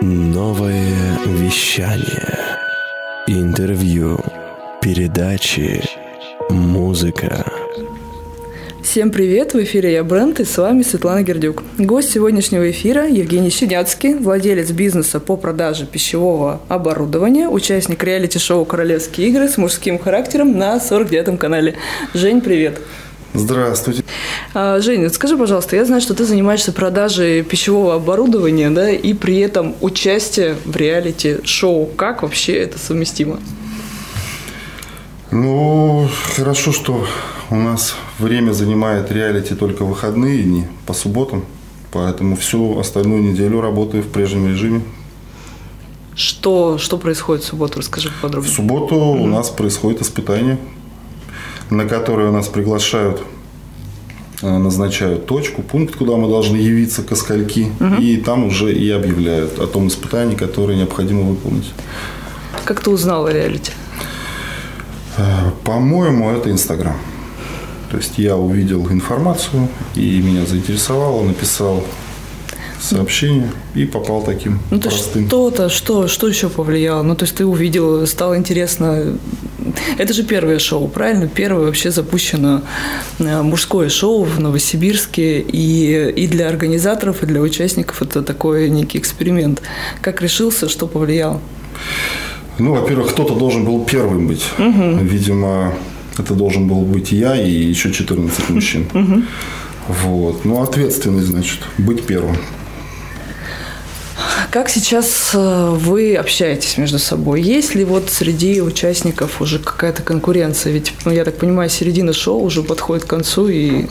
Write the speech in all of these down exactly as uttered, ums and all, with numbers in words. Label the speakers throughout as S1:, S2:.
S1: Новое вещание. Интервью. Передачи. Музыка.
S2: Всем привет! В эфире «Я Бренд» и с вами Светлана Гердюк. Гость сегодняшнего эфира Евгений Щеняцкий, владелец бизнеса по продаже пищевого оборудования, участник реалити-шоу «Королевские игры» с мужским характером на сорок девятом канале. Жень, привет!
S3: Здравствуйте.
S2: А, Женя, скажи, пожалуйста, я знаю, что ты занимаешься продажей пищевого оборудования, да, и при этом участие в реалити-шоу. Как вообще это совместимо?
S3: Ну, хорошо, что у нас время занимает реалити только в выходные дни, по субботам, поэтому всю остальную неделю работаю в прежнем режиме.
S2: Что, что происходит в субботу? Расскажи подробнее.
S3: В субботу mm-hmm. у нас происходит испытание, на которое нас приглашают, назначают точку, пункт, куда мы должны явиться ко скольки, mm-hmm. и там уже и объявляют о том испытании, которое необходимо выполнить.
S2: Как ты узнал о реалити?
S3: По-моему, это Инстаграм. То есть я увидел информацию, и меня заинтересовало, написал сообщение и попал таким
S2: ну, то
S3: простым.
S2: Что-то, что, что еще повлияло? Ну, то есть ты увидел, стало интересно. Это же первое шоу, правильно? Первое вообще запущено мужское шоу в Новосибирске. И, и для организаторов, и для участников это такой некий эксперимент. Как решился, что повлияло?
S3: Ну, во-первых, кто-то должен был первым быть. Угу. Видимо, это должен был быть я и еще четырнадцать мужчин. Угу. Вот. Ну, ответственность, значит, быть первым.
S2: Как сейчас вы общаетесь между собой? Есть ли вот среди участников уже какая-то конкуренция? Ведь, ну, я так понимаю, середина шоу уже подходит к концу и...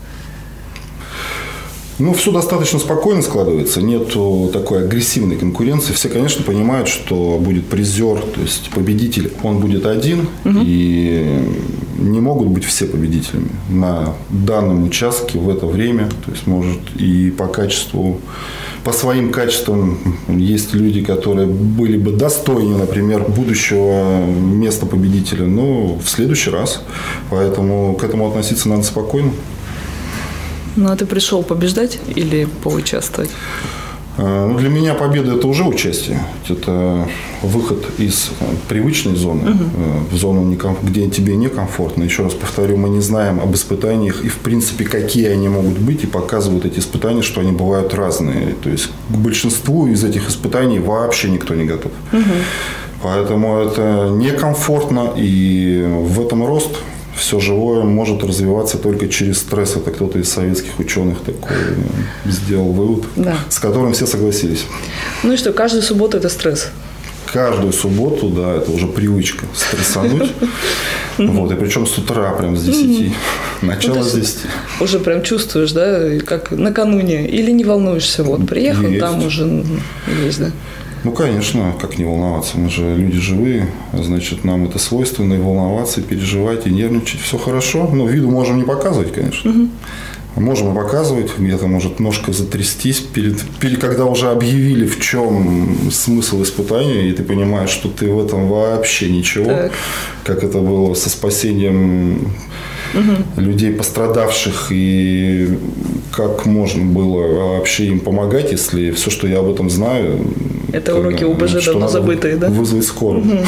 S3: Ну, все достаточно спокойно складывается, нету такой агрессивной конкуренции. Все, конечно, понимают, что будет призер, то есть победитель, он будет один, угу. и не могут быть все победителями на данном участке в это время. То есть, может, и по качеству, по своим качествам есть люди, которые были бы достойны, например, будущего места победителя, но в следующий раз. Поэтому к этому относиться надо спокойно.
S2: Ну, а ты пришел побеждать или поучаствовать?
S3: Ну, для меня победа – это уже участие. Это выход из привычной зоны, угу. в зону, где тебе некомфортно. Еще раз повторю, мы не знаем об испытаниях и, в принципе, какие они могут быть, и показывают эти испытания, что они бывают разные. То есть, к большинству из этих испытаний вообще никто не готов. Угу. Поэтому это некомфортно, и в этом рост. Все живое может развиваться только через стресс. Это кто-то из советских ученых такой сделал вывод, да. с которым все согласились.
S2: Ну и что, каждую субботу это стресс?
S3: Каждую субботу, да, это уже привычка стрессануть. Вот, и причем с утра, прям с десяти. Начало с десяти.
S2: Уже прям чувствуешь, да, как накануне. Или не волнуешься? Вот, приехал, там уже есть, да?
S3: Ну, конечно, как не волноваться? Мы же люди живые, значит, нам это свойственно, и волноваться, и переживать, и нервничать. Все хорошо, но виду можем не показывать, конечно. Угу. Можем и показывать, где-то может ножка затрястись, перед, перед, когда уже объявили, в чем смысл испытания, и ты понимаешь, что ты в этом вообще ничего, так. как это было со спасением угу. людей, пострадавших, и как можно было вообще им помогать, если все, что я об этом знаю...
S2: Это уроки УБЖ давно забытые, да?
S3: Вызвать скорую.
S2: Угу.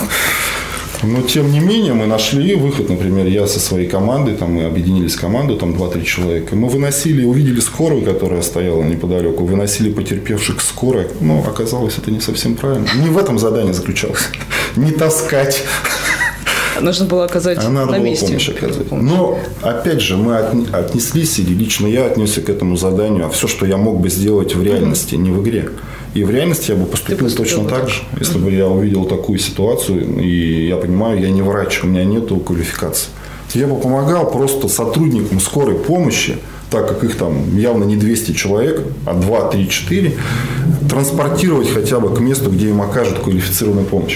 S2: А.
S3: Но, тем не менее, мы нашли выход. Например, я со своей командой, там мы объединились в команду, там два-три человека. Мы выносили, увидели скорую, которая стояла неподалеку, выносили потерпевших к скорой. Но оказалось, это не совсем правильно. Не в этом задание заключалось. Не таскать.
S2: Нужно было оказать
S3: а надо
S2: на
S3: было
S2: месте.
S3: Помощь оказать. Но, опять же, мы отнеслись, или лично я отнесся к этому заданию, а все, что я мог бы сделать в реальности, не в игре. И в реальности я бы поступил точно так же, если бы я увидел такую ситуацию, и я понимаю, я не врач, у меня нет квалификации. Я бы помогал просто сотрудникам скорой помощи, так как их там явно не двести человек, а два, три, четыре, транспортировать хотя бы к месту, где им окажут квалифицированную помощь.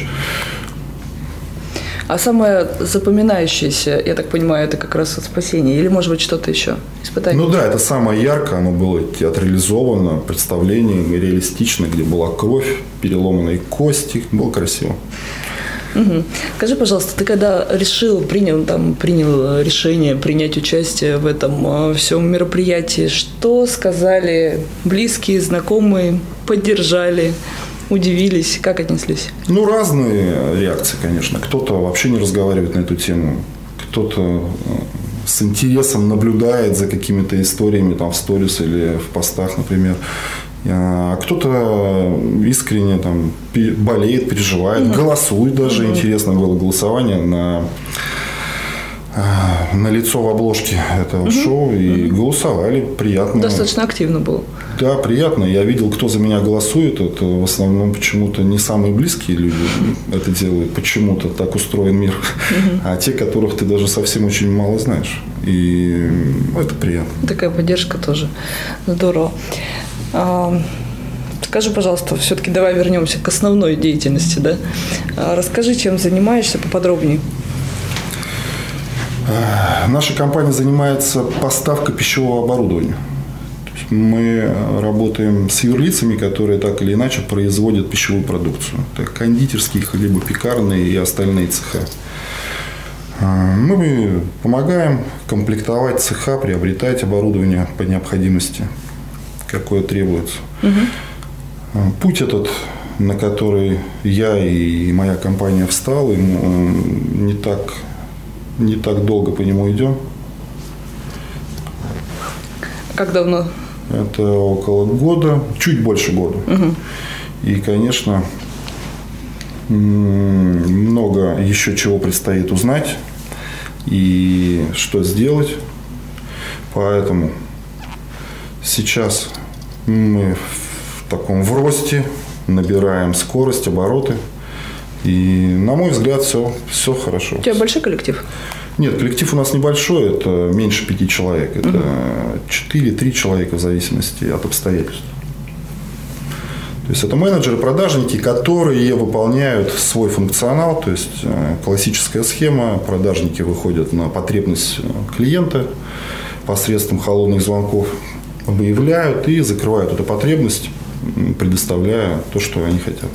S2: А самое запоминающееся, я так понимаю, это как раз спасение? Или, может быть, что-то еще? Испытание?
S3: Ну да, это самое яркое. Оно было театрализовано, представление реалистично, где была кровь, переломанные кости. Было красиво.
S2: Угу. Скажи, пожалуйста, ты когда решил, принял, там, принял решение принять участие в этом всем мероприятии, что сказали близкие, знакомые, поддержали? удивились? Как отнеслись?
S3: Ну, разные реакции, конечно. Кто-то вообще не разговаривает на эту тему. Кто-то с интересом наблюдает за какими-то историями там, в сторис или в постах, например. А кто-то искренне там, болеет, переживает, mm-hmm. голосует даже. Mm-hmm. Интересно было голосование на, на лицо в обложке этого mm-hmm. шоу. И mm-hmm. голосовали. Приятно.
S2: Достаточно активно было. Да,
S3: приятно. Я видел, кто за меня голосует. Это в основном почему-то не самые близкие люди это делают. Почему-то так устроен мир. Mm-hmm. А те, которых ты даже совсем очень мало знаешь. И это приятно.
S2: Такая поддержка тоже. Здорово. Скажи, пожалуйста, все-таки давай вернемся к основной деятельности, да? Расскажи, чем занимаешься поподробнее.
S3: Наша компания занимается поставкой пищевого оборудования. То есть мы работаем с юрлицами, которые так или иначе производят пищевую продукцию. Это кондитерские, хлебопекарные и остальные цеха. Мы помогаем комплектовать цеха, приобретать оборудование по необходимости, какое требуется. Угу. Путь этот, на который я и моя компания встал, и не так, не так долго по нему идем.
S2: Как давно?
S3: Это около года, чуть больше года. Угу. И, конечно, много еще чего предстоит узнать и что сделать. Поэтому сейчас мы в таком в росте, набираем скорость, обороты. И, на мой взгляд, все, все хорошо.
S2: У тебя большой коллектив?
S3: Нет, коллектив у нас небольшой, это меньше пяти человек. Это четыре-три человека в зависимости от обстоятельств. То есть, это менеджеры, продажники, которые выполняют свой функционал. То есть, классическая схема. Продажники выходят на потребность клиента посредством холодных звонков, выявляют и закрывают эту потребность, предоставляя то, что они хотят.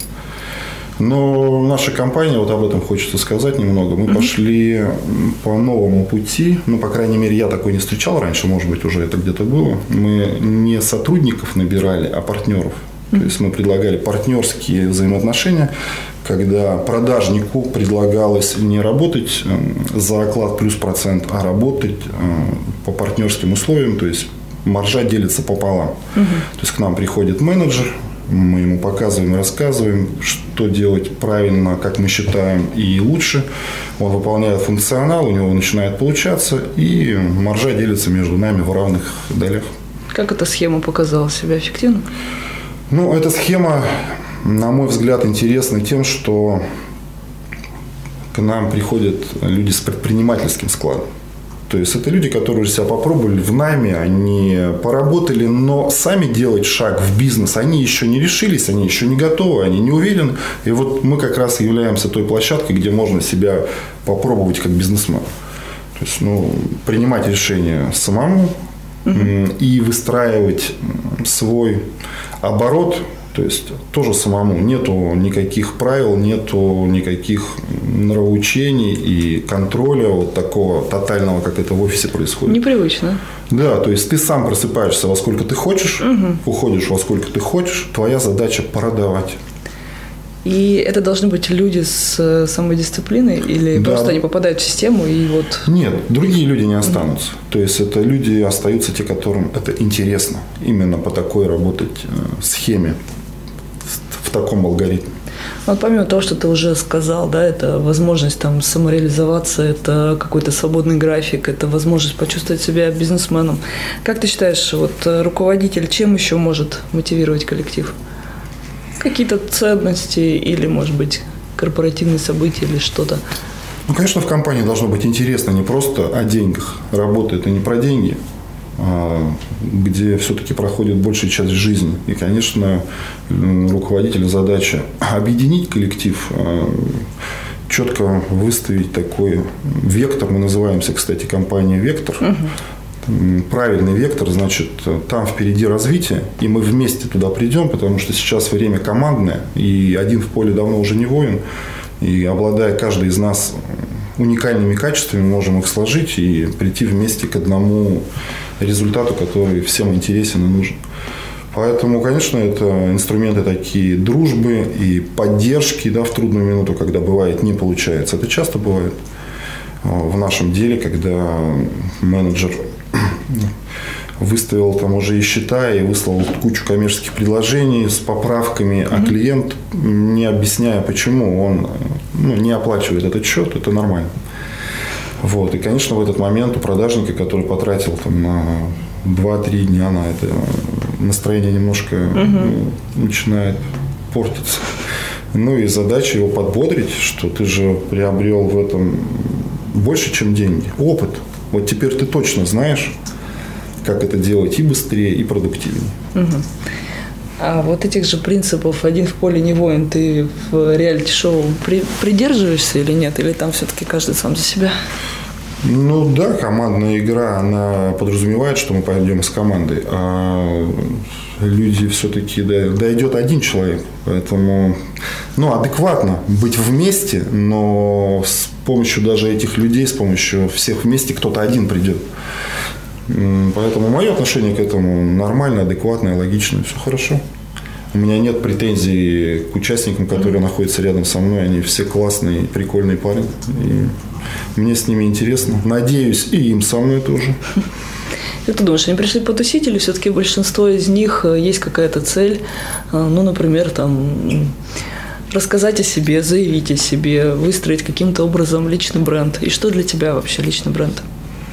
S3: Но наша компания, вот об этом хочется сказать немного, мы mm-hmm. пошли по новому пути, ну, по крайней мере, я такой не встречал раньше, может быть, уже это где-то было. Мы не сотрудников набирали, а партнеров. Mm-hmm. То есть, мы предлагали партнерские взаимоотношения, когда продажнику предлагалось не работать за оклад плюс процент, а работать по партнерским условиям, то есть, маржа делится пополам. Угу. То есть, к нам приходит менеджер, мы ему показываем, рассказываем, что делать правильно, как мы считаем, и лучше. Он выполняет функционал, у него начинает получаться, и маржа делится между нами в равных долях.
S2: Как эта схема показала себя эффективно?
S3: Ну, эта схема, на мой взгляд, интересна тем, что к нам приходят люди с предпринимательским складом. То есть, это люди, которые уже себя попробовали в найме, они поработали, но сами делать шаг в бизнес они еще не решились, они еще не готовы, они не уверены. И вот мы как раз являемся той площадкой, где можно себя попробовать как бизнесмен. То есть, ну, принимать решения самому uh-huh. и выстраивать свой оборот. То есть, тоже самому. Нету никаких правил, нету никаких нравоучений и контроля вот такого тотального, как это в офисе происходит.
S2: Непривычно.
S3: Да, то есть, ты сам просыпаешься во сколько ты хочешь, угу. уходишь во сколько ты хочешь. Твоя задача продавать.
S2: И это должны быть люди с самодисциплиной или да. просто они попадают в систему и вот...
S3: Нет, другие люди не останутся. Mm-hmm. То есть, это люди остаются те, которым это интересно. Именно по такой работать схеме, в таком алгоритме.
S2: Вот помимо того, что ты уже сказал, да, это возможность там самореализоваться, это какой-то свободный график, это возможность почувствовать себя бизнесменом. Как ты считаешь, вот руководитель чем еще может мотивировать коллектив? Какие-то ценности или, может быть, корпоративные события или что-то?
S3: Ну, конечно, в компании должно быть интересно не просто о деньгах. Работа – это не про деньги, а где все-таки проходит большая часть жизни. И, конечно, руководителю задача объединить коллектив, четко выставить такой вектор. Мы называемся, кстати, компания «Вектор». Угу. Правильный вектор, значит, там впереди развитие, и мы вместе туда придем, потому что сейчас время командное, и один в поле давно уже не воин, и обладая каждый из нас уникальными качествами, можем их сложить и прийти вместе к одному результату, который всем интересен и нужен. Поэтому, конечно, это инструменты такие дружбы и поддержки, да, в трудную минуту, когда бывает не получается. Это часто бывает в нашем деле, когда менеджер выставил там уже и счета, и выслал кучу коммерческих предложений с поправками, а mm-hmm. клиент, не объясняя, почему он ну, не оплачивает этот счет, это нормально. Вот. И, конечно, в этот момент у продажника, который потратил там, на два-три дня на это, настроение немножко mm-hmm. начинает портиться. Ну и задача его подбодрить, что ты же приобрел в этом больше, чем деньги, опыт. Вот теперь ты точно знаешь, как это делать и быстрее, и продуктивнее.
S2: Угу. А вот этих же принципов «один в поле не воин» ты в реалити-шоу при, придерживаешься или нет? Или там все-таки каждый сам за себя?
S3: Ну да, командная игра, она подразумевает, что мы пойдем с командой. А люди все-таки дойдет один человек. Поэтому ну, адекватно быть вместе, но с помощью даже этих людей, с помощью всех вместе кто-то один придет. Поэтому мое отношение к этому нормальное, адекватное, логичное, все хорошо. У меня нет претензий к участникам, которые mm-hmm. находятся рядом со мной. Они все классные, прикольные парни. И мне с ними интересно. Надеюсь, и им со мной тоже.
S2: Как ты думаешь, они пришли потусить или все-таки большинство из них есть какая-то цель? Ну, например, там рассказать о себе, заявить о себе, выстроить каким-то образом личный бренд. И что для тебя вообще личный бренд?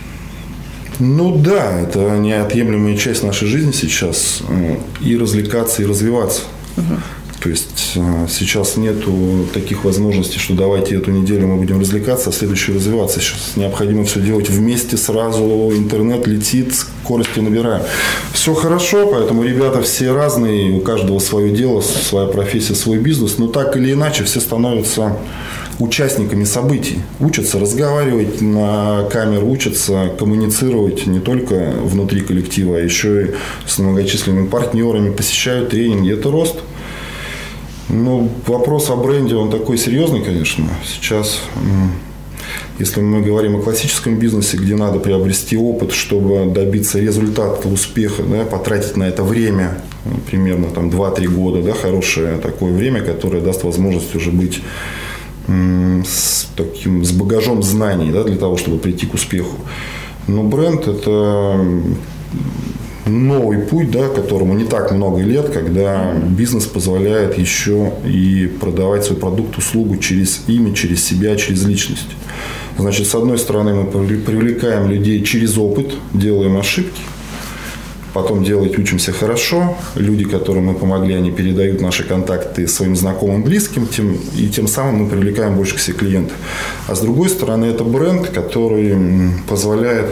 S3: Ну да, это неотъемлемая часть нашей жизни сейчас. И развлекаться, и развиваться. Угу. То есть сейчас нету таких возможностей, что давайте эту неделю мы будем развлекаться, а следующую развиваться. Сейчас необходимо все делать вместе, сразу интернет летит, скорости набираем. Все хорошо, поэтому ребята все разные, у каждого свое дело, своя профессия, свой бизнес. Но так или иначе все становятся участниками событий. Учатся разговаривать на камеру, учатся коммуницировать не только внутри коллектива, а еще и с многочисленными партнерами, посещают тренинги. Это рост. Ну, вопрос о бренде, он такой серьезный, конечно. Сейчас, если мы говорим о классическом бизнесе, где надо приобрести опыт, чтобы добиться результата, успеха, да, потратить на это время, примерно там, два-три года, да, хорошее такое время, которое даст возможность уже быть с, таким, с багажом знаний, да, для того, чтобы прийти к успеху. Но бренд – это новый путь, да, которому не так много лет, когда бизнес позволяет еще и продавать свой продукт, услугу через имя, через себя, через личность. Значит, с одной стороны, мы привлекаем людей через опыт, делаем ошибки, потом делать учимся хорошо. Люди, которым мы помогли, они передают наши контакты своим знакомым, близким, тем, и тем самым мы привлекаем больше к себе клиентов. А с другой стороны, это бренд, который позволяет,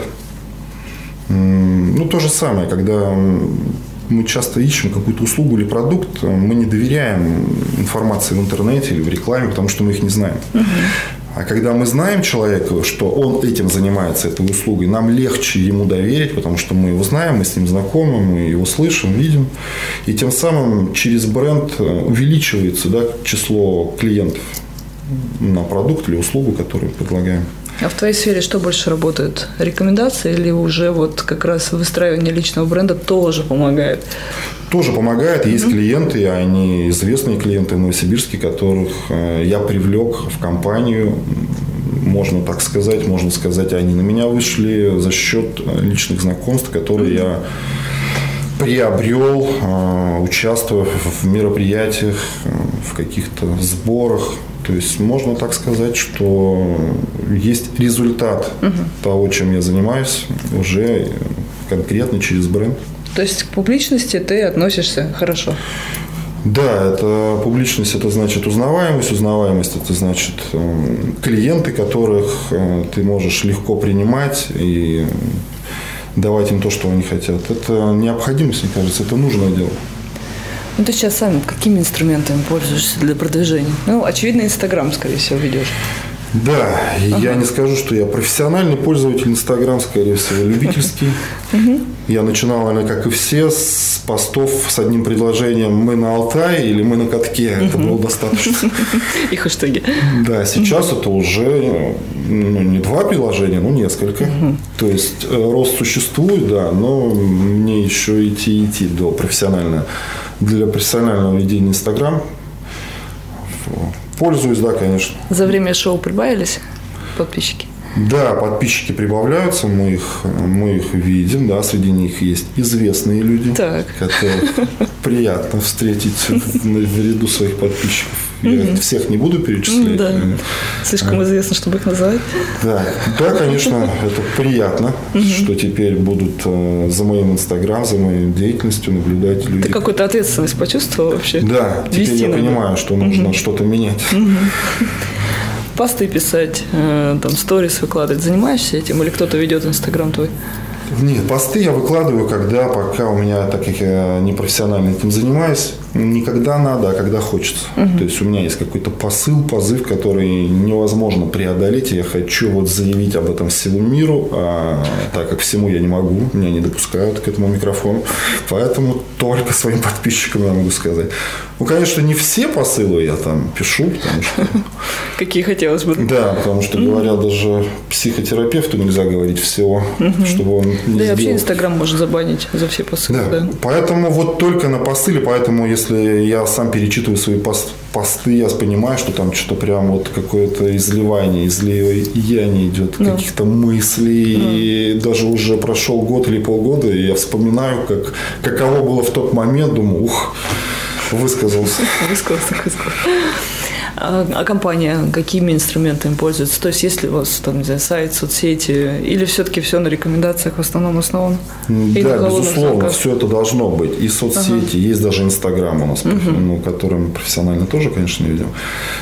S3: ну, то же самое, когда мы часто ищем какую-то услугу или продукт, мы не доверяем информации в интернете или в рекламе, потому что мы их не знаем. Uh-huh. А когда мы знаем человека, что он этим занимается, этой услугой, нам легче ему доверить, потому что мы его знаем, мы с ним знакомы, мы его слышим, видим. И тем самым через бренд увеличивается, да, число клиентов на продукт или услугу, которую предлагаем.
S2: А в твоей сфере что больше работает? Рекомендации или уже вот как раз выстраивание личного бренда тоже помогает?
S3: Тоже помогает. Есть mm-hmm. клиенты, они известные клиенты в Новосибирске, которых я привлек в компанию, можно так сказать, можно сказать, они на меня вышли за счет личных знакомств, которые mm-hmm. я приобрел, участвуя в мероприятиях, в каких-то сборах. То есть можно так сказать, что есть результат угу. того, чем я занимаюсь, уже конкретно через бренд.
S2: То есть к публичности ты относишься хорошо?
S3: Да, это публичность, это значит узнаваемость, узнаваемость это значит клиенты, которых ты можешь легко принимать и давать им то, что они хотят. Это необходимость, мне кажется, это нужное дело.
S2: Ну, ты сейчас сам какими инструментами пользуешься для продвижения? Ну, очевидно, Инстаграм, скорее всего, ведешь.
S3: Да, я не скажу, что я профессиональный пользователь Инстаграм, скорее всего, любительский. Я начинал, наверное, как и все, с постов с одним предложением «Мы на Алтае» или «Мы на катке». Это было достаточно.
S2: И хэштеги.
S3: Да, сейчас это уже ну, не два приложения, но несколько. То есть рост существует, да, но мне еще идти идти до профессионального. Для профессионального ведения Инстаграм пользуюсь, да, конечно.
S2: За время шоу прибавились подписчики?
S3: Да, подписчики прибавляются, мы их, мы их видим, да, среди них есть известные люди,
S2: так.
S3: которых приятно встретить в, в ряду своих подписчиков. Я mm-hmm. всех не буду перечислять.
S2: Да. Слишком известно, чтобы их называть.
S3: Да, да, конечно, это приятно, mm-hmm. что теперь будут э, за моим Инстаграм, за моей деятельностью наблюдать люди.
S2: Ты какую-то ответственность почувствовал вообще?
S3: Да, теперь
S2: Вести
S3: я
S2: надо.
S3: понимаю, что нужно mm-hmm. что-то менять.
S2: Mm-hmm. Посты писать, э, там, сторис выкладывать. Занимаешься этим или кто-то ведет Инстаграм твой?
S3: Нет, посты я выкладываю, когда, пока у меня, так как я непрофессионально этим занимаюсь, не когда надо, а когда хочется. Uh-huh. То есть у меня есть какой-то посыл, позыв, который невозможно преодолеть, и я хочу вот заявить об этом всему миру, а так как всему я не могу, меня не допускают к этому микрофону, поэтому только своим подписчикам я могу сказать. Ну, конечно, не все посылы я там пишу, потому что...
S2: Какие хотелось бы.
S3: Да, потому что, говоря, даже психотерапевту нельзя говорить всего, чтобы он не
S2: Да
S3: сделал.
S2: и вообще Инстаграм может забанить за все посылы.
S3: Да.
S2: Да.
S3: Поэтому вот только на посыле, поэтому если я сам перечитываю свои пост, посты, я понимаю, что там что-то прям вот какое-то изливание, излияние идет, no. каких-то мыслей. No. И даже уже прошел год или полгода, и я вспоминаю, как, каково было в тот момент, думаю, ух, высказался.
S2: Высказался, высказался. А, а компания какими инструментами пользуется? То есть, есть ли у вас там, не знаю, сайт, соцсети, или все-таки все на рекомендациях в основном основано?
S3: Да, безусловно, звонках? Все это должно быть. И соцсети, ага. есть даже Инстаграм у нас, угу. ну, который мы профессионально тоже, конечно, не ведем.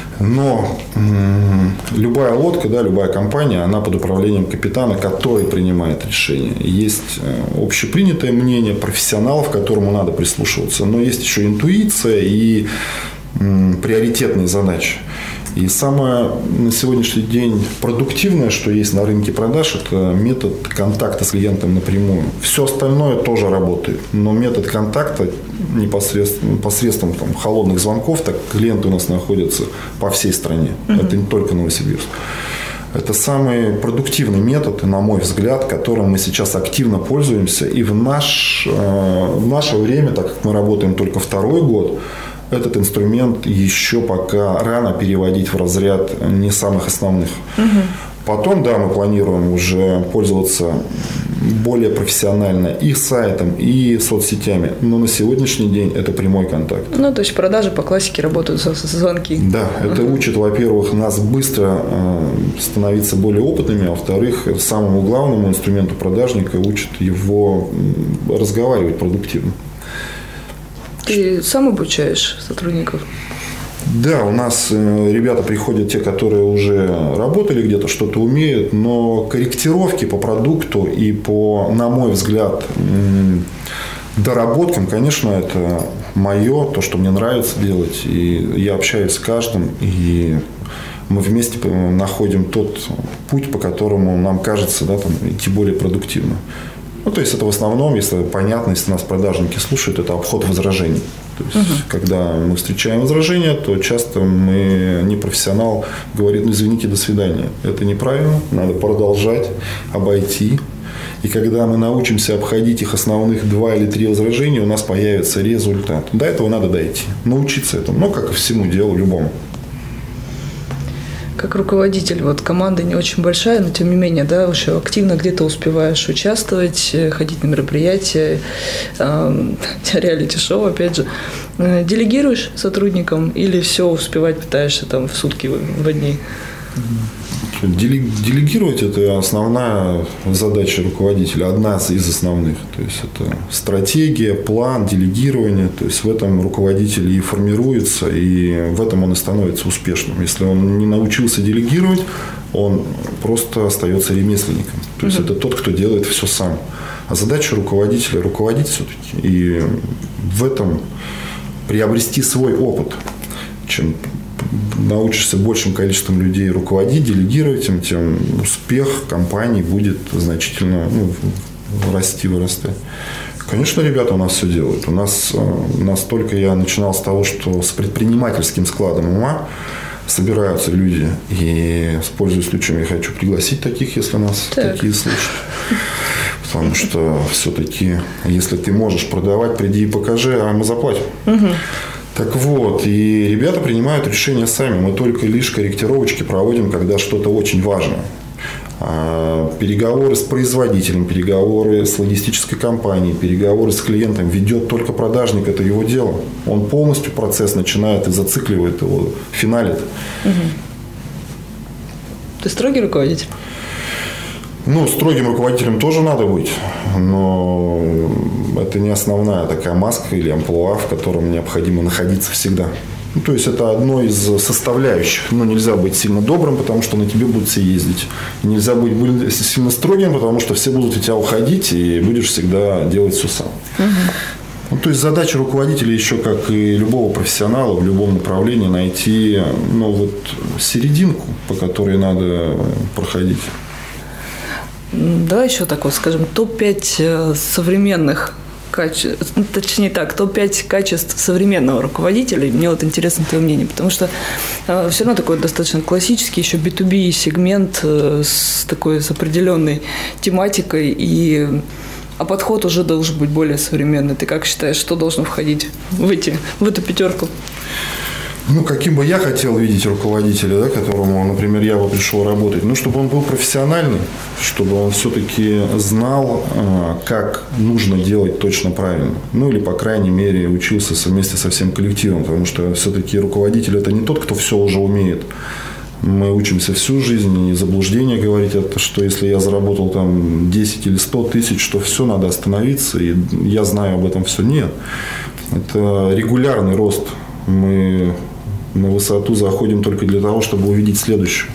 S3: Но м- любая лодка, да, любая компания, она под управлением капитана, который принимает решения. Есть общепринятое мнение профессионалов, к которому надо прислушиваться. Но есть еще интуиция и приоритетные задачи. И самое на сегодняшний день продуктивное, что есть на рынке продаж, это метод контакта с клиентом напрямую. Все остальное тоже работает, но метод контакта непосредственно, посредством там, холодных звонков, так клиенты у нас находятся по всей стране. Uh-huh. Это не только Новосибирск. Это самый продуктивный метод, на мой взгляд, которым мы сейчас активно пользуемся. И в, наш, в наше время, так как мы работаем только второй год, этот инструмент еще пока рано переводить в разряд не самых основных. Угу. Потом, да, мы планируем уже пользоваться более профессионально и сайтом, и соцсетями. Но на сегодняшний день это прямой контакт. Ну,
S2: то есть продажи по классике работают за звонки.
S3: Да, это угу. учит, во-первых, нас быстро становиться более опытными, а во-вторых, самому главному инструменту продажника учит его разговаривать продуктивно.
S2: Ты сам обучаешь сотрудников?
S3: Да, у нас ребята приходят, те, которые уже работали где-то, что-то умеют, но корректировки по продукту и по, на мой взгляд, доработкам, конечно, это мое, то, что мне нравится делать. И я общаюсь с каждым, и мы вместе находим тот путь, по которому нам кажется, да, там, идти более продуктивно. Ну, то есть, это в основном, если понятно, если нас продажники слушают, это обход возражений. То есть, uh-huh. когда мы встречаем возражения, то часто мы, непрофессионал, говорит, ну, извините, до свидания. Это неправильно, надо продолжать, обойти. И когда мы научимся обходить их основных два или три возражения, у нас появится результат. До этого надо дойти, научиться этому, ну, как и всему делу любому.
S2: Как руководитель, вот команда не очень большая, но тем не менее, да, еще активно где-то успеваешь участвовать, ходить на мероприятия, э, реалити-шоу, опять же. Делегируешь сотрудникам или все успевать пытаешься там в сутки, в дни?
S3: Делегировать – это основная задача руководителя, одна из основных. То есть, это стратегия, план, делегирование. То есть, в этом руководитель и формируется, и в этом он и становится успешным. Если он не научился делегировать, он просто остается ремесленником. То есть, угу. это тот, кто делает все сам. А задача руководителя – руководить все-таки. И в этом приобрести свой опыт. Чем научишься большим количеством людей руководить, делегировать им, тем успех компании будет значительно ну, расти, вырастать. Конечно, ребята у нас все делают. У нас настолько я начинал с того, что с предпринимательским складом ума собираются люди. И, пользуясь случаем, я хочу пригласить таких, если нас так. такие слушают. Потому что все-таки, если ты можешь продавать, приди и покажи, а мы заплатим. Угу. Так вот, и ребята принимают решения сами. Мы только лишь корректировочки проводим, когда что-то очень важно. Переговоры с производителем, переговоры с логистической компанией, переговоры с клиентом ведет только продажник, это его дело. Он полностью процесс начинает и зацикливает его, финалит. Угу.
S2: Ты строгий руководитель?
S3: Ну, строгим руководителем тоже надо быть, но это не основная такая маска или амплуа, в котором необходимо находиться всегда. Ну, то есть, это одно из составляющих. Ну, нельзя быть сильно добрым, потому что на тебе будут все ездить. Нельзя быть сильно строгим, потому что все будут от тебя уходить, и будешь всегда делать все сам. Угу. Ну, то есть, задача руководителя еще, как и любого профессионала в любом направлении, найти ну, вот, серединку, по которой надо проходить.
S2: Давай еще так вот скажем, топ пять современных качеств, точнее так, топ пять качеств современного руководителя. Мне вот интересно твое мнение, потому что э, все равно такой достаточно классический еще би ту би сегмент э, с такой с определенной тематикой, и, а подход уже должен быть более современный. Ты как считаешь, что должно входить в, эти, в эту пятерку?
S3: Ну, каким бы я хотел видеть руководителя, да, которому, например, я бы пришел работать, ну, чтобы он был профессиональный, чтобы он все-таки знал, как нужно делать точно правильно. Ну, или, по крайней мере, учился вместе со всем коллективом, потому что все-таки руководитель – это не тот, кто все уже умеет. Мы учимся всю жизнь, и заблуждение говорить, это, что если я заработал там десять или сто тысяч, что все, надо остановиться, и я знаю об этом все. Нет. Это регулярный рост. Мы на высоту заходим только для того, чтобы увидеть следующую.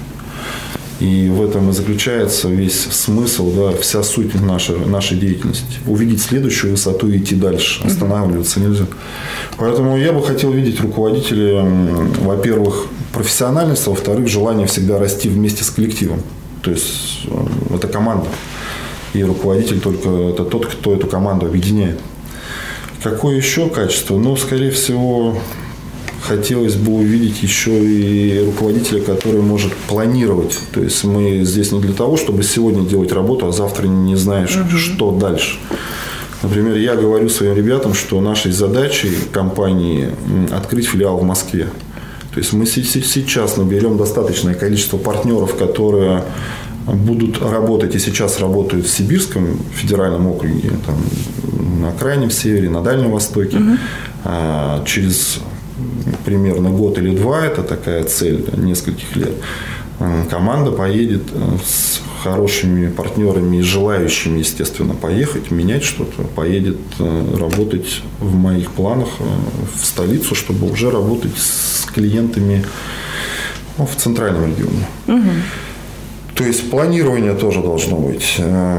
S3: И в этом и заключается весь смысл, да, вся суть нашей, нашей деятельности. Увидеть следующую высоту и идти дальше. Останавливаться нельзя. Поэтому я бы хотел видеть руководителя, во-первых, профессиональность, а во-вторых, желание всегда расти вместе с коллективом. То есть это команда. И руководитель только это тот, кто эту команду объединяет. Какое еще качество? Ну, скорее всего, хотелось бы увидеть еще и руководителя, который может планировать. То есть мы здесь не для того, чтобы сегодня делать работу, а завтра не знаешь, угу. что дальше. Например, я говорю своим ребятам, что нашей задачей компании открыть филиал в Москве. То есть мы сейчас наберем достаточное количество партнеров, которые будут работать и сейчас работают в Сибирском федеральном округе, там, на Крайнем Севере, на Дальнем Востоке. Угу. А, через примерно год или два, это такая цель нескольких лет, команда поедет с хорошими партнерами и желающими, естественно, поехать, менять что-то, поедет работать в моих планах в столицу, чтобы уже работать с клиентами ну, в центральном регионе. Угу. То есть планирование тоже должно быть.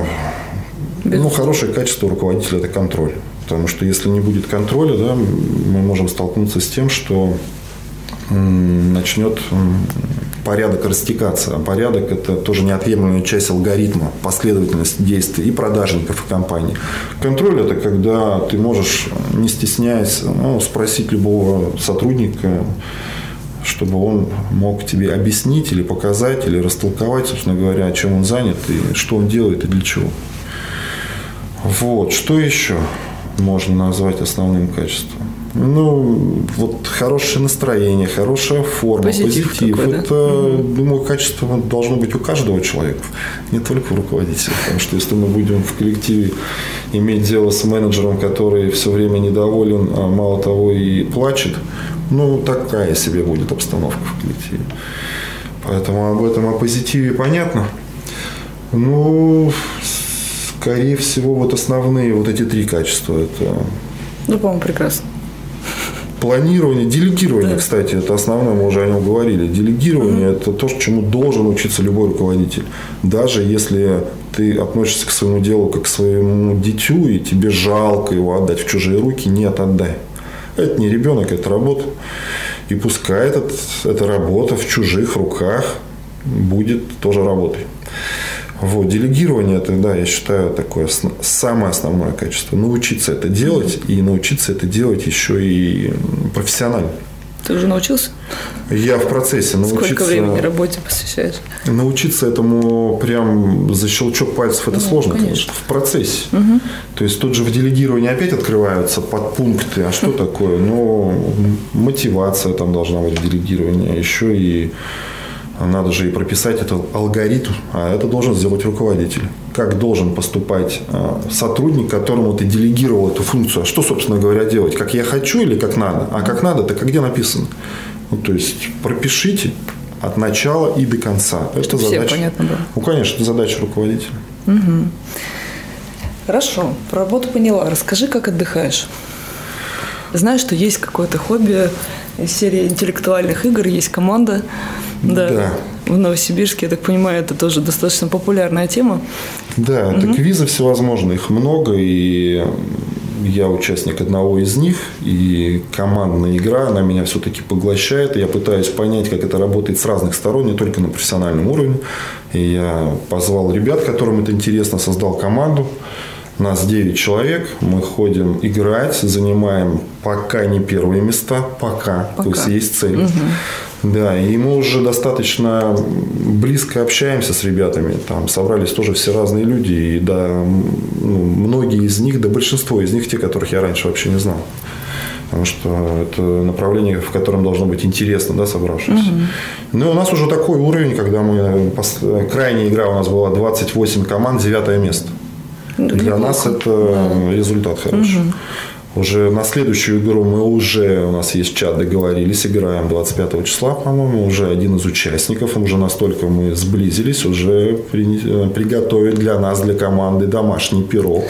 S3: Ну, хорошее качество руководителя – это контроль. Потому что если не будет контроля, да, мы можем столкнуться с тем, что начнет порядок растекаться. А порядок – это тоже неотъемлемая часть алгоритма, последовательность действий и продажников, и компаний. Контроль – это когда ты можешь, не стесняясь, ну, спросить любого сотрудника, чтобы он мог тебе объяснить или показать, или растолковать, собственно говоря, чем он занят, и что он делает, и для чего. Вот. Что еще можно назвать основным качеством? Ну, вот хорошее настроение, хорошая форма, позитив. позитив. Такой, это, да? Думаю, качество должно быть у каждого человека, не только у руководителя. Потому что если мы будем в коллективе иметь дело с менеджером, который все время недоволен, а мало того и плачет, ну, такая себе будет обстановка в коллективе. Поэтому об этом, о позитиве понятно. Ну, скорее всего, вот основные вот эти три качества. Это...
S2: Ну, по-моему, прекрасно.
S3: Планирование, делегирование,
S2: да.
S3: Кстати, это основное, мы уже о нем говорили. Делегирование mm-hmm. – это то, чему должен учиться любой руководитель. Даже если ты относишься к своему делу как к своему дитю, и тебе жалко его отдать в чужие руки, нет, отдай. Это не ребенок, это работа. И пускай этот, эта работа в чужих руках будет тоже работой. Вот. Делегирование – это, да, я считаю, такое самое основное качество. Научиться это делать, и научиться это делать еще и профессионально.
S2: Ты уже научился?
S3: Я в процессе. Научиться,
S2: сколько времени работе посвящаешь?
S3: Научиться этому прям за щелчок пальцев это ну, сложно, конечно. конечно. В процессе. Угу. То есть тут же в делегировании опять открываются подпункты. А что угу. такое? Ну, мотивация там должна быть в делегировании. Еще и надо же и прописать этот алгоритм, а это должен сделать руководитель. Как должен поступать сотрудник, которому ты делегировал эту функцию. А что, собственно говоря, делать? Как я хочу или как надо? А как надо, так а где написано? Ну, то есть пропишите от начала и до конца. Это
S2: Все
S3: задача.
S2: Понятно было.
S3: Ну, конечно, это задача руководителя.
S2: Угу. Хорошо, про работу поняла. Расскажи, как отдыхаешь. Знаю, что есть какое-то хобби из серии интеллектуальных игр, есть команда. Да. да. В Новосибирске, я так понимаю, это тоже достаточно популярная тема.
S3: Да, угу. это квизы всевозможные, их много, и я участник одного из них, и командная игра, она меня все-таки поглощает, и я пытаюсь понять, как это работает с разных сторон, не только на профессиональном уровне. И я позвал ребят, которым это интересно, создал команду. Нас девять человек, мы ходим играть, занимаем пока не первые места, пока, пока. То есть есть цель. Угу. Да, и мы уже достаточно близко общаемся с ребятами. Там собрались тоже все разные люди. И да, ну, многие из них, да большинство из них, те, которых я раньше вообще не знал. Потому что это направление, в котором должно быть интересно, да, собравшимся. Угу. Ну, у нас уже такой уровень, когда мы... Крайняя игра у нас была двадцать восемь команд, девятое место. Для неплохо. Нас это да. результат хороший. Угу. Уже на следующую игру мы уже, у нас есть чат, договорились, играем двадцать пятого числа, по-моему, уже один из участников, уже настолько мы сблизились, уже при, приготовить для нас, для команды домашний пирог.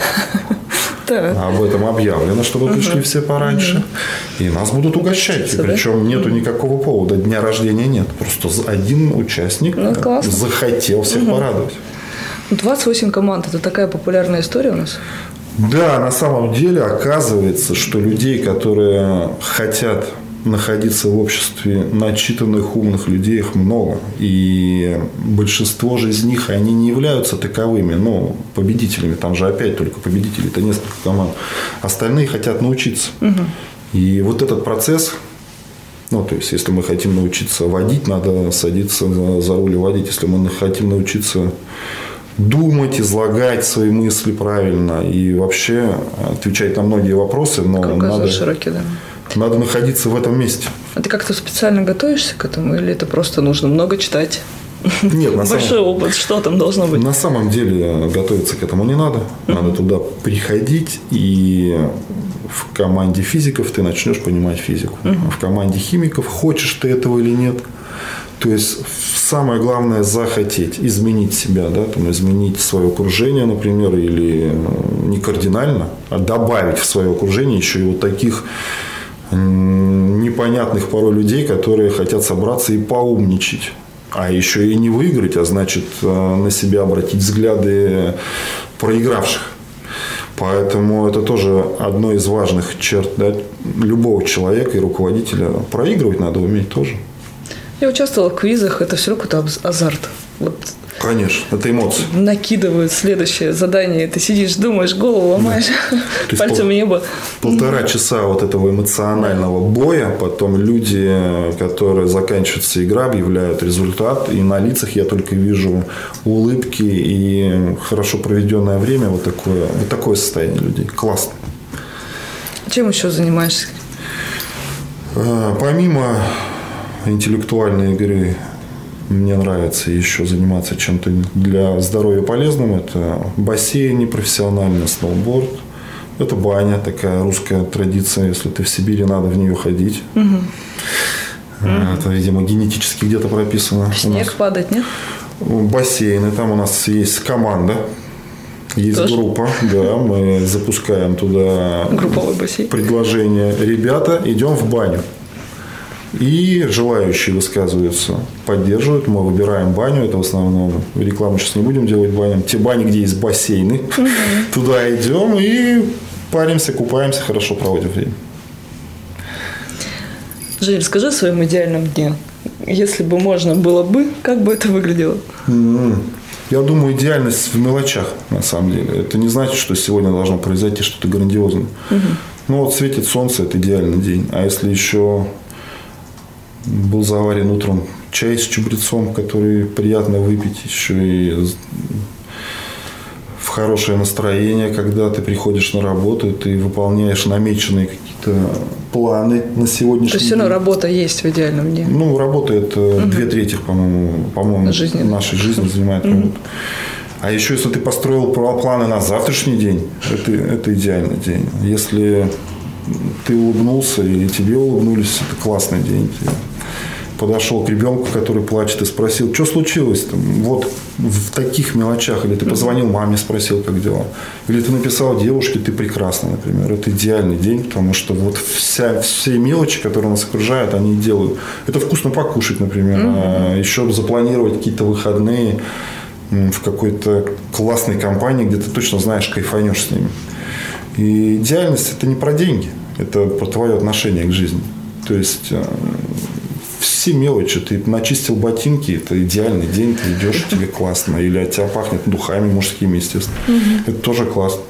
S3: Об этом объявлено, чтобы пришли все пораньше. И нас будут угощать. Причем нету никакого повода, дня рождения нет. Просто один участник захотел всех порадовать.
S2: двадцать восемь команд – это такая популярная история у нас?
S3: Да, на самом деле оказывается, что людей, которые хотят находиться в обществе начитанных, умных людей, их много. И большинство же из них, они не являются таковыми, ну, победителями. Там же опять только победители, это несколько команд. Остальные хотят научиться. Угу. И вот этот процесс... Ну, то есть, если мы хотим научиться водить, надо садиться за, за руль и водить. Если мы хотим научиться... думать, излагать свои мысли правильно и вообще отвечать на многие вопросы, но надо,
S2: широкий, да.
S3: надо находиться в этом месте.
S2: А ты как-то специально готовишься к этому или это просто нужно много читать?
S3: Нет, на
S2: большой
S3: самом...
S2: опыт, что там должно быть?
S3: На самом деле готовиться к этому не надо. Надо uh-huh. туда приходить, и в команде физиков ты начнешь понимать физику. Uh-huh. В команде химиков, хочешь ты этого или нет. То есть, самое главное – захотеть изменить себя, да, там, изменить свое окружение, например, или не кардинально, а добавить в свое окружение еще и вот таких непонятных порой людей, которые хотят собраться и поумничать. А еще и не выиграть, а значит, на себя обратить взгляды проигравших. Поэтому это тоже одно из важных черт, да, любого человека и руководителя. Проигрывать надо уметь тоже.
S2: Я участвовала в квизах, это все равно какой-то азарт. Вот
S3: конечно, это эмоции.
S2: Накидывают следующее задание, ты сидишь, думаешь, голову ломаешь, да. Пальцем в небо.
S3: Полтора часа вот этого эмоционального боя, потом люди, которые заканчивается игра, объявляют результат, и на лицах я только вижу улыбки и хорошо проведенное время, вот такое, вот такое состояние людей. Классно.
S2: Чем еще занимаешься?
S3: Помимо интеллектуальной игры, мне нравится еще заниматься чем-то для здоровья полезным. Это бассейн непрофессиональный, сноуборд. Это баня, такая русская традиция. Если ты в Сибири, надо в нее ходить. Угу. Это, видимо, генетически где-то прописано.
S2: Снег падать, нет?
S3: Бассейны. Там у нас есть команда. Есть тоже? Группа, да, мы запускаем туда
S2: групповой бассейн.
S3: Предложение. Ребята, идем в баню. И желающие высказываются, поддерживают. Мы выбираем баню. Это в основном рекламу сейчас не будем делать баням. Те бани, где есть бассейны. Угу. Туда идем и паримся, купаемся, хорошо проводим время.
S2: Женя, расскажи о своем идеальном дне. Если бы можно было бы, как бы это выглядело?
S3: Mm-hmm. Я думаю, идеальность в мелочах, на самом деле. Это не значит, что сегодня должно произойти что-то грандиозное. Mm-hmm. Ну, вот светит солнце – это идеальный день. А если еще был заварен утром чай с чабрецом, который приятно выпить, еще и в хорошее настроение, когда ты приходишь на работу, ты выполняешь намеченные какие-то планы на сегодняшний день. То
S2: есть, все равно работа есть в идеальном дне?
S3: Ну, работа – это угу. две трети, по-моему, по-моему жизни. Нашей жизни занимает работа. Угу. А еще, если ты построил планы на завтрашний день, это, это идеальный день. Если ты улыбнулся и тебе улыбнулись, это классный день. Ты подошел к ребенку, который плачет, и спросил, что случилось там? Вот в таких мелочах. Или ты позвонил маме, спросил, как дела. Или ты написал девушке, ты прекрасна, например. Это идеальный день, потому что вот вся, все мелочи, которые нас окружают, они делают. Это вкусно покушать, например. Mm-hmm. А еще запланировать какие-то выходные в какой-то классной компании, где ты точно знаешь, кайфанешь с ними. И идеальность – это не про деньги, это про твое отношение к жизни. То есть все мелочи. Ты начистил ботинки, это идеальный день, ты идешь, тебе классно. Или от тебя пахнет духами мужскими, естественно. Mm-hmm. Это тоже классно.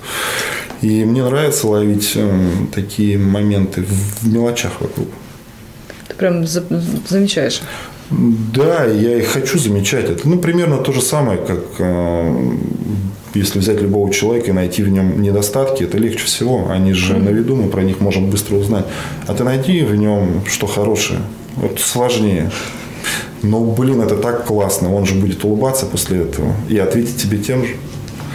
S3: И мне нравится ловить такие моменты в мелочах вокруг.
S2: Ты прям замечаешь?
S3: Да, я и хочу замечать это. Ну, примерно то же самое, как э, если взять любого человека и найти в нем недостатки, это легче всего. Они же mm-hmm. на виду, мы про них можем быстро узнать. А ты найди в нем что хорошее. Вот сложнее. Но, блин, это так классно. Он же будет улыбаться после этого и ответить тебе тем же.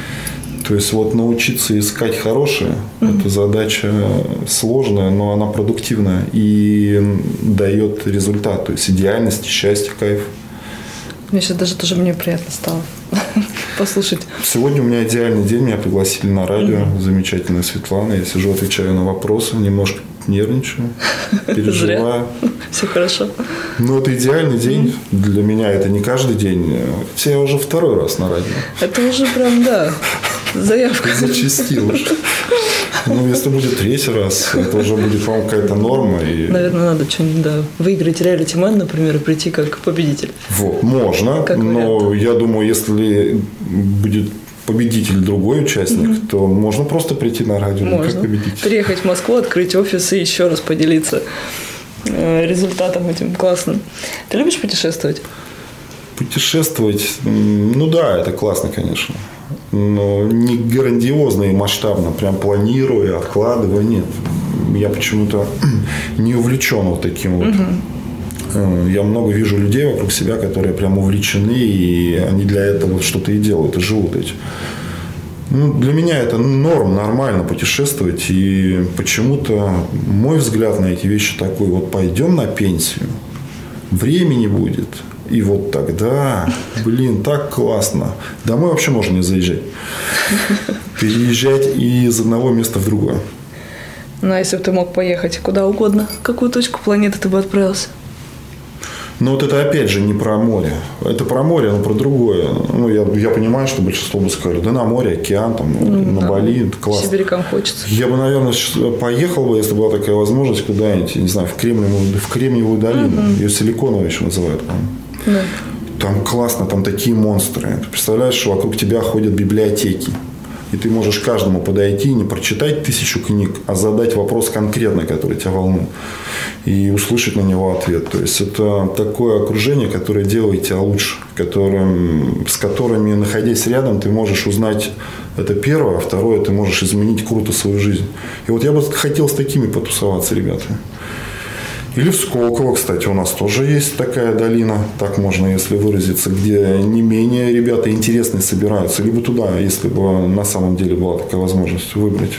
S3: То есть, вот научиться искать хорошее, mm-hmm. это задача сложная, но она продуктивная и дает результат. То есть, идеальность, счастье, кайф.
S2: Мне сейчас даже тоже мне приятно стало послушать.
S3: Сегодня у меня идеальный день. Меня пригласили на радио. Mm-hmm. Замечательная Светлана. Я сижу, отвечаю на вопросы. Немножко нервничаю, переживаю.
S2: Все хорошо.
S3: Ну, это идеальный день. Mm-hmm. Для меня это не каждый день. Хотя я уже второй раз на радио.
S2: Это уже прям, да, заявка.
S3: Зачастил уже. Ну, если будет третий раз, это уже будет, по-моему, какая-то норма. И...
S2: Наверное, надо что-нибудь, да, выиграть реалити-мен, например, и прийти как победитель.
S3: Вот, можно. Как но вариант. Я думаю, если будет победитель другой участник, mm-hmm. то можно просто прийти на радио
S2: можно.
S3: Как победитель.
S2: Приехать в Москву, открыть офис и еще раз поделиться результатом этим классным. Ты любишь путешествовать?
S3: Путешествовать? Ну да, это классно, конечно. Но не грандиозно и масштабно, прям планируя, откладывая, нет. Я почему-то не увлечен вот таким вот. Угу. Я много вижу людей вокруг себя, которые прям увлечены, и они для этого что-то и делают, и живут этим. Ну, для меня это норм, нормально путешествовать, и почему-то мой взгляд на эти вещи такой: вот пойдем на пенсию, времени будет. И вот тогда, блин, так классно. Домой вообще можно не заезжать. Переезжать из одного места в другое.
S2: Ну, а если бы ты мог поехать куда угодно, в какую точку планеты ты бы отправился?
S3: Ну, вот это опять же не про море. Это про море, но про другое. Ну, я, я понимаю, что большинство бы сказали, да на море, океан, там, ну, на да. Бали, это классно.
S2: Сибирякам хочется. Я
S3: бы, наверное, поехал бы, если была такая возможность, куда-нибудь, не знаю, в Кремниевую, в Кремниевую долину. Угу. Ее Силиконовую еще называют, по-моему. Да. Там классно, там такие монстры. Ты представляешь, что вокруг тебя ходят библиотеки. И ты можешь каждому подойти, не прочитать тысячу книг, а задать вопрос конкретно, который тебя волнует. И услышать на него ответ. То есть, это такое окружение, которое делает тебя лучше. Которым, с которыми, находясь рядом, ты можешь узнать это первое. А второе, ты можешь изменить круто свою жизнь. И вот я бы хотел с такими потусоваться, ребята. Или в Сколково, кстати, у нас тоже есть такая долина, так можно, если выразиться, где не менее ребята интересные собираются. Либо туда, если бы на самом деле была такая возможность выбрать.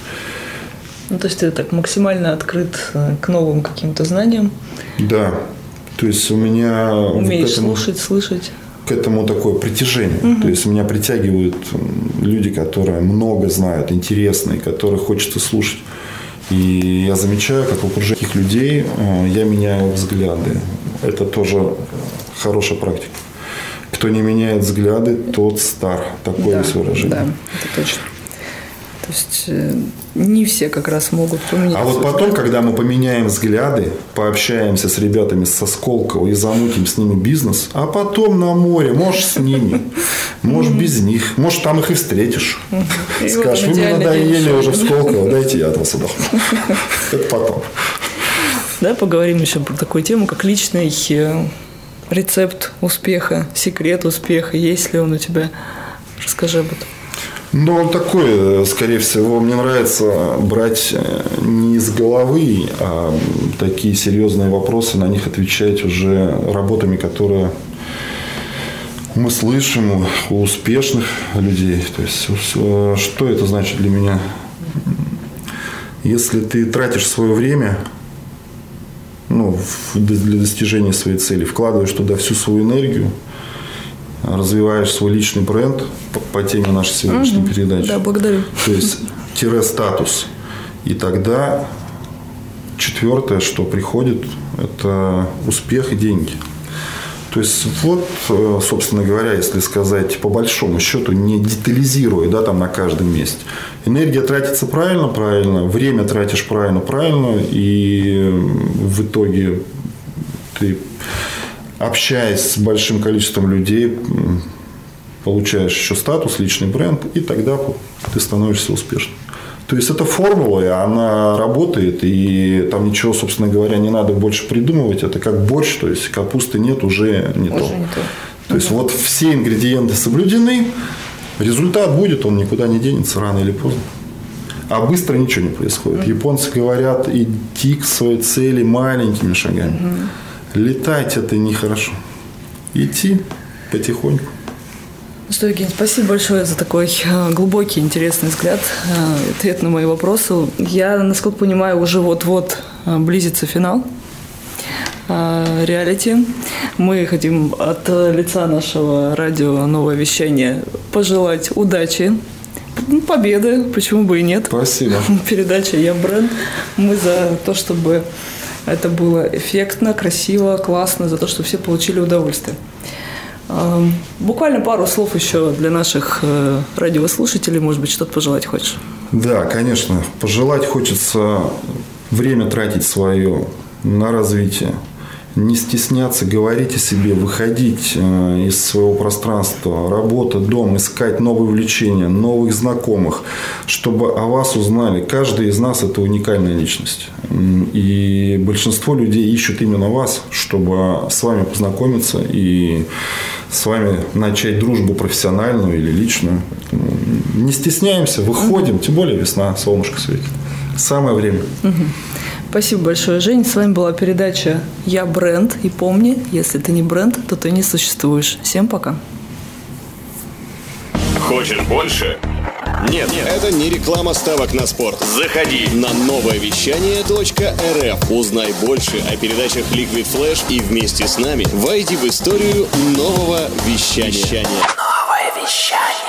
S2: Ну, то есть, ты так максимально открыт к новым каким-то знаниям?
S3: Да. То есть, у меня...
S2: Умеешь этому, слушать, слышать?
S3: К этому такое притяжение. Угу. То есть, меня притягивают люди, которые много знают, интересные, которых хочется слушать. И я замечаю, как в окружении таких людей я меняю взгляды. Это тоже хорошая практика. Кто не меняет взгляды, тот стар. Такое
S2: да,
S3: есть выражение.
S2: Да, это точно. Это есть не все как раз могут поменять.
S3: А вот потом, когда мы поменяем взгляды, пообщаемся с ребятами со Сколково и замутим с ними бизнес, а потом на море, можешь с ними, можешь без них, может, там их и встретишь. Скажешь, вы мне надоели уже в Сколково, дайте я от вас отдохну. Это потом.
S2: Да, поговорим еще про такую тему, как личный рецепт успеха, секрет успеха. Есть ли он у тебя? Расскажи об этом.
S3: Ну, он такой, скорее всего, мне нравится брать не из головы, а такие серьезные вопросы, на них отвечать уже работами, которые мы слышим у успешных людей. То есть, что это значит для меня? Если ты тратишь свое время, ну, для достижения своей цели, вкладываешь туда всю свою энергию, развиваешь свой личный бренд по, по теме нашей сегодняшней угу. передачи.
S2: Да, благодарю.
S3: То есть тире статус. И тогда четвертое, что приходит, это успех и деньги. То есть вот, собственно говоря, если сказать по большому счету, не детализируя, да, там на каждом месте. Энергия тратится правильно, правильно, время тратишь правильно, правильно, и в итоге ты, общаясь с большим количеством людей, получаешь еще статус, личный бренд, и тогда ты становишься успешным. То есть это формула, и она работает, и там ничего, собственно говоря, не надо больше придумывать. Это как борщ, то есть капусты нет, уже не
S2: уже
S3: то.
S2: Не то.
S3: То есть вот все ингредиенты соблюдены, результат будет, он никуда не денется рано или поздно. А быстро ничего не происходит. Японцы говорят, иди к своей цели маленькими шагами. Угу. Летать это нехорошо. Идти потихоньку.
S2: Ну что, Евгений, спасибо большое за такой глубокий, интересный взгляд, ответ на мои вопросы. Я, насколько понимаю, уже вот-вот близится финал реалити. Мы хотим от лица нашего радио «Новое вещание» пожелать удачи, победы, почему бы и нет.
S3: Спасибо.
S2: Передача «Я бренд». Мы за то, чтобы это было эффектно, красиво, классно, за то, чтобы все получили удовольствие. Буквально пару слов еще для наших радиослушателей. Может быть, что-то пожелать хочешь? Да,
S3: конечно. Пожелать хочется время тратить свое на развитие. Не стесняться говорить о себе, выходить из своего пространства, работа, дом, искать новые увлечения, новых знакомых, чтобы о вас узнали. Каждый из нас – это уникальная личность. И большинство людей ищут именно вас, чтобы с вами познакомиться и с вами начать дружбу профессиональную или личную. Не стесняемся, выходим, тем более весна, солнышко светит. Самое время.
S2: Спасибо большое, Жень. С вами была передача «Я бренд». И помни, если ты не бренд, то ты не существуешь. Всем пока.
S4: Хочешь больше? Нет, нет, это не реклама ставок на спорт. Заходи на новое вещание точка эр эф. Узнай больше о передачах Liquid Flash и вместе с нами войди в историю нового вещания. Новое вещание.